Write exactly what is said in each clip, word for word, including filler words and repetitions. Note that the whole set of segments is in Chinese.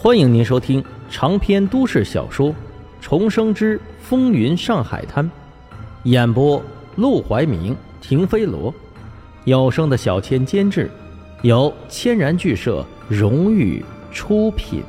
欢迎您收听长篇都市小说《重生之风云上海滩》，演播陆怀明、停飞罗，有声的小千监制，由千然剧社荣誉出品。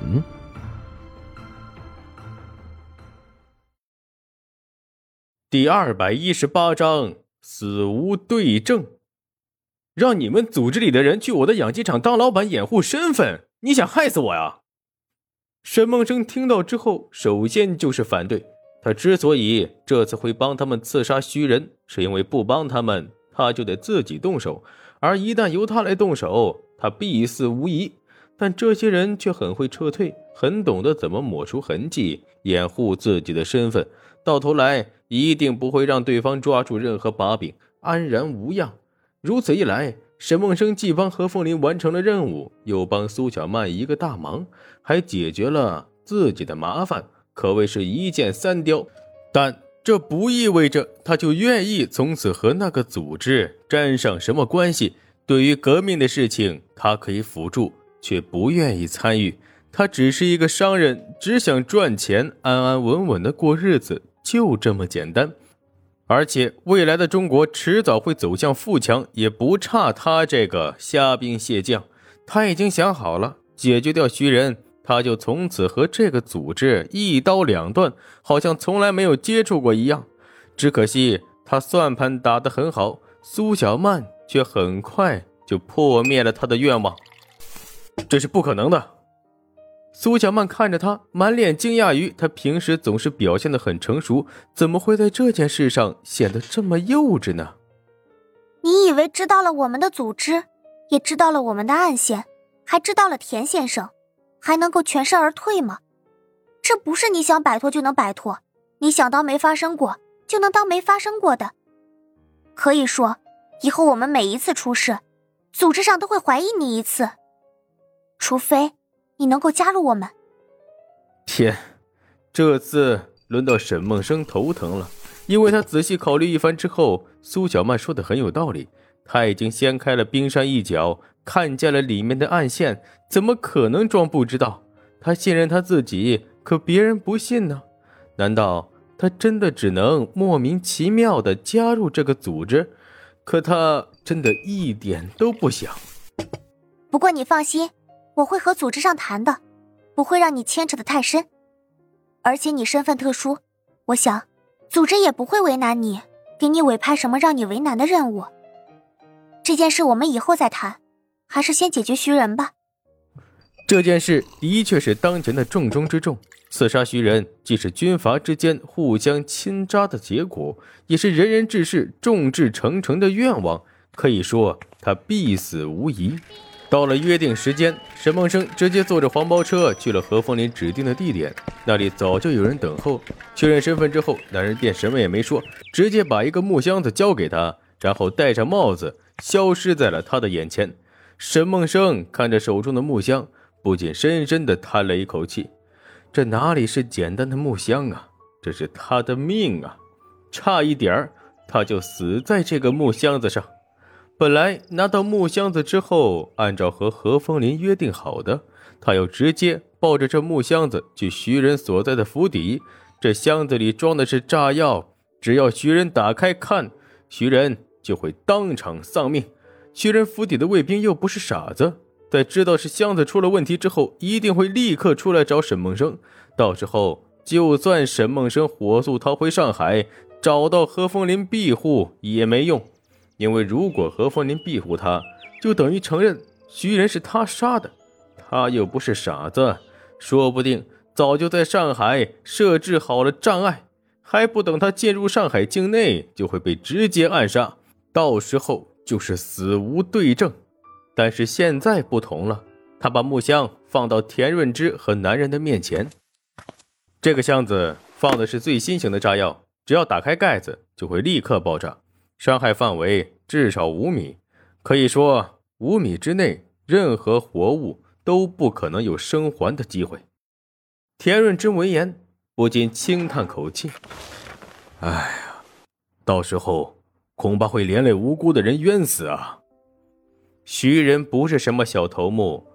第二百一十八章死无对证。让你们组织里的人去我的养鸡场当老板掩护身份，你想害死我呀？沈梦生听到之后，首先就是反对。他之所以这次会帮他们刺杀徐仁，是因为不帮他们，他就得自己动手，而一旦由他来动手，他必死无疑。但这些人却很会撤退，很懂得怎么抹除痕迹，掩护自己的身份，到头来一定不会让对方抓住任何把柄，安然无恙。如此一来，沈梦生既帮何凤林完成了任务，又帮苏小曼一个大忙，还解决了自己的麻烦，可谓是一箭三雕。但这不意味着他就愿意从此和那个组织沾上什么关系。对于革命的事情，他可以辅助，却不愿意参与。他只是一个商人，只想赚钱，安安稳稳的过日子，就这么简单。而且未来的中国迟早会走向富强，也不差他这个虾兵蟹将。他已经想好了，解决掉徐仁，他就从此和这个组织一刀两断，好像从来没有接触过一样。只可惜他算盘打得很好，苏小曼却很快就破灭了他的愿望。这是不可能的。苏小曼看着他，满脸惊讶于他平时总是表现得很成熟，怎么会在这件事上显得这么幼稚呢？ 你以为知道了我们的组织，也知道了我们的暗线，还知道了田先生，还能够全身而退吗？这不是你想摆脱就能摆脱，你想当没发生过就能当没发生过的。可以说以后我们每一次出事，组织上都会怀疑你一次，除非你能够加入我们。 天，这次轮到沈梦生头疼了，因为他仔细考虑一番之后，苏小曼说的很有道理，他已经掀开了冰山一角，看见了里面的暗线，怎么可能装不知道？他信任他自己，可别人不信呢？难道他真的只能莫名其妙地加入这个组织？可他真的一点都不想。 不过你放心，我会和组织上谈的，不会让你牵扯得太深。而且你身份特殊，我想组织也不会为难你，给你委派什么让你为难的任务。这件事我们以后再谈，还是先解决徐仁吧。 这件事的确是当前的重中之重，刺杀徐仁既是军阀之间互相倾轧的结果，也是人人志士众志成城的愿望，可以说他必死无疑。到了约定时间，沈梦生直接坐着黄包车去了何凤林指定的地点，那里早就有人等候。确认身份之后，男人便什么也没说，直接把一个木箱子交给他，然后戴上帽子消失在了他的眼前。沈梦生看着手中的木箱，不禁深深地叹了一口气，这哪里是简单的木箱啊，这是他的命啊，差一点儿他就死在这个木箱子上。本来拿到木箱子之后，按照和何凤林约定好的，他又直接抱着这木箱子去徐仁所在的府邸。这箱子里装的是炸药，只要徐仁打开看，徐仁就会当场丧命。徐仁府邸的卫兵又不是傻子，在知道是箱子出了问题之后，一定会立刻出来找沈梦生。到时候就算沈梦生火速逃回上海，找到何凤林庇护也没用。因为如果何凤林庇护他，就等于承认徐仁是他杀的，他又不是傻子，说不定早就在上海设置好了障碍，还不等他进入上海境内，就会被直接暗杀，到时候就是死无对证。但是现在不同了，他把木箱放到田润之和男人的面前。这个箱子放的是最新型的炸药，只要打开盖子就会立刻爆炸，伤害范围至少五米，可以说五米之内任何活物都不可能有生还的机会。田润之闻言不禁轻叹口气，哎呀，到时候恐怕会连累无辜的人冤死啊。徐仁不是什么小头目，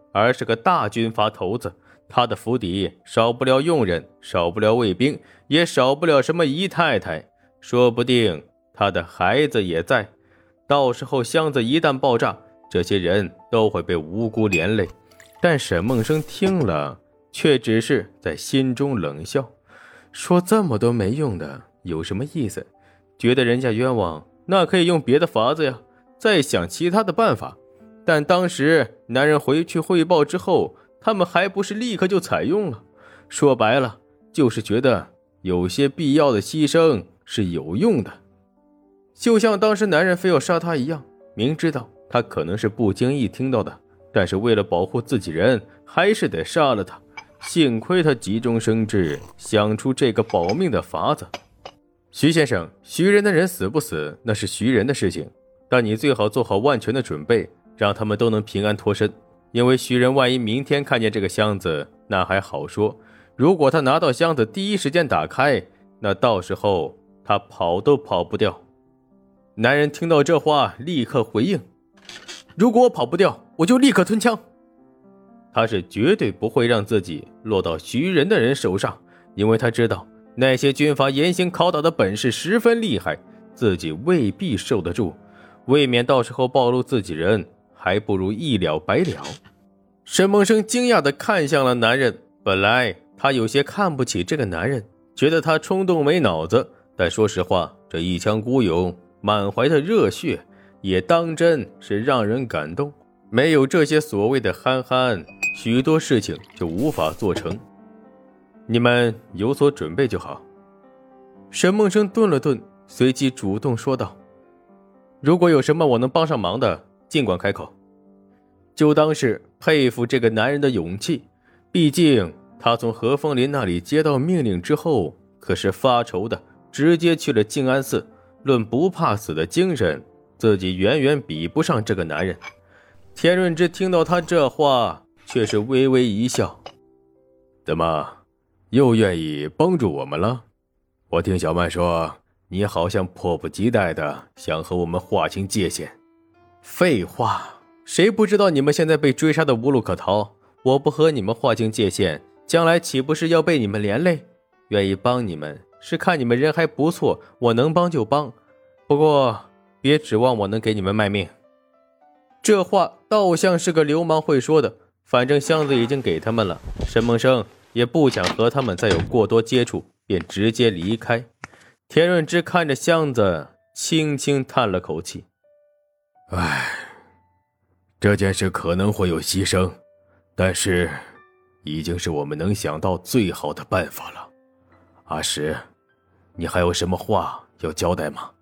而是个大军阀头子。他的府邸少不了佣人，少不了卫兵，也少不了什么姨太太，说不定他的孩子也在。到时候箱子一旦爆炸，这些人都会被无辜连累。但沈梦生听了，却只是在心中冷笑，说这么多没用的有什么意思？觉得人家冤枉，那可以用别的法子呀，再想其他的办法。但当时男人回去汇报之后，他们还不是立刻就采用了？说白了，就是觉得有些必要的牺牲是有用的。就像当时男人非要杀他一样，明知道他可能是不经意听到的，但是为了保护自己人，还是得杀了他。幸亏他急中生智，想出这个保命的法子。徐先生，徐人的人死不死，那是徐人的事情，但你最好做好万全的准备，让他们都能平安脱身。因为徐人万一明天看见这个箱子，那还好说，如果他拿到箱子第一时间打开，那到时候他跑都跑不掉。男人听到这话，立刻回应，如果我跑不掉，我就立刻吞枪。他是绝对不会让自己落到徐人的人手上，因为他知道那些军阀严刑拷打的本事十分厉害，自己未必受得住，未免到时候暴露自己人，还不如一了百了。沈梦生惊讶地看向了男人，本来他有些看不起这个男人，觉得他冲动没脑子，但说实话，这一腔孤勇，满怀的热血，也当真是让人感动。没有这些所谓的憨憨，许多事情就无法做成。你们有所准备就好。沈梦生顿了顿，随即主动说道，如果有什么我能帮上忙的，尽管开口。就当是佩服这个男人的勇气，毕竟他从何凤林那里接到命令之后，可是发愁的直接去了静安寺，论不怕死的精神，自己远远比不上这个男人。田润之听到他这话，却是微微一笑，怎么又愿意帮助我们了？我听小曼说，你好像迫不及待的想和我们划清界限。废话，谁不知道你们现在被追杀的无路可逃？我不和你们划清界限，将来岂不是要被你们连累？愿意帮你们，是看你们人还不错，我能帮就帮，不过别指望我能给你们卖命。这话倒像是个流氓会说的，反正箱子已经给他们了，沈梦生也不想和他们再有过多接触，便直接离开。田润之看着箱子，轻轻叹了口气，唉，这件事可能会有牺牲，但是已经是我们能想到最好的办法了。阿石，你还有什么话要交代吗？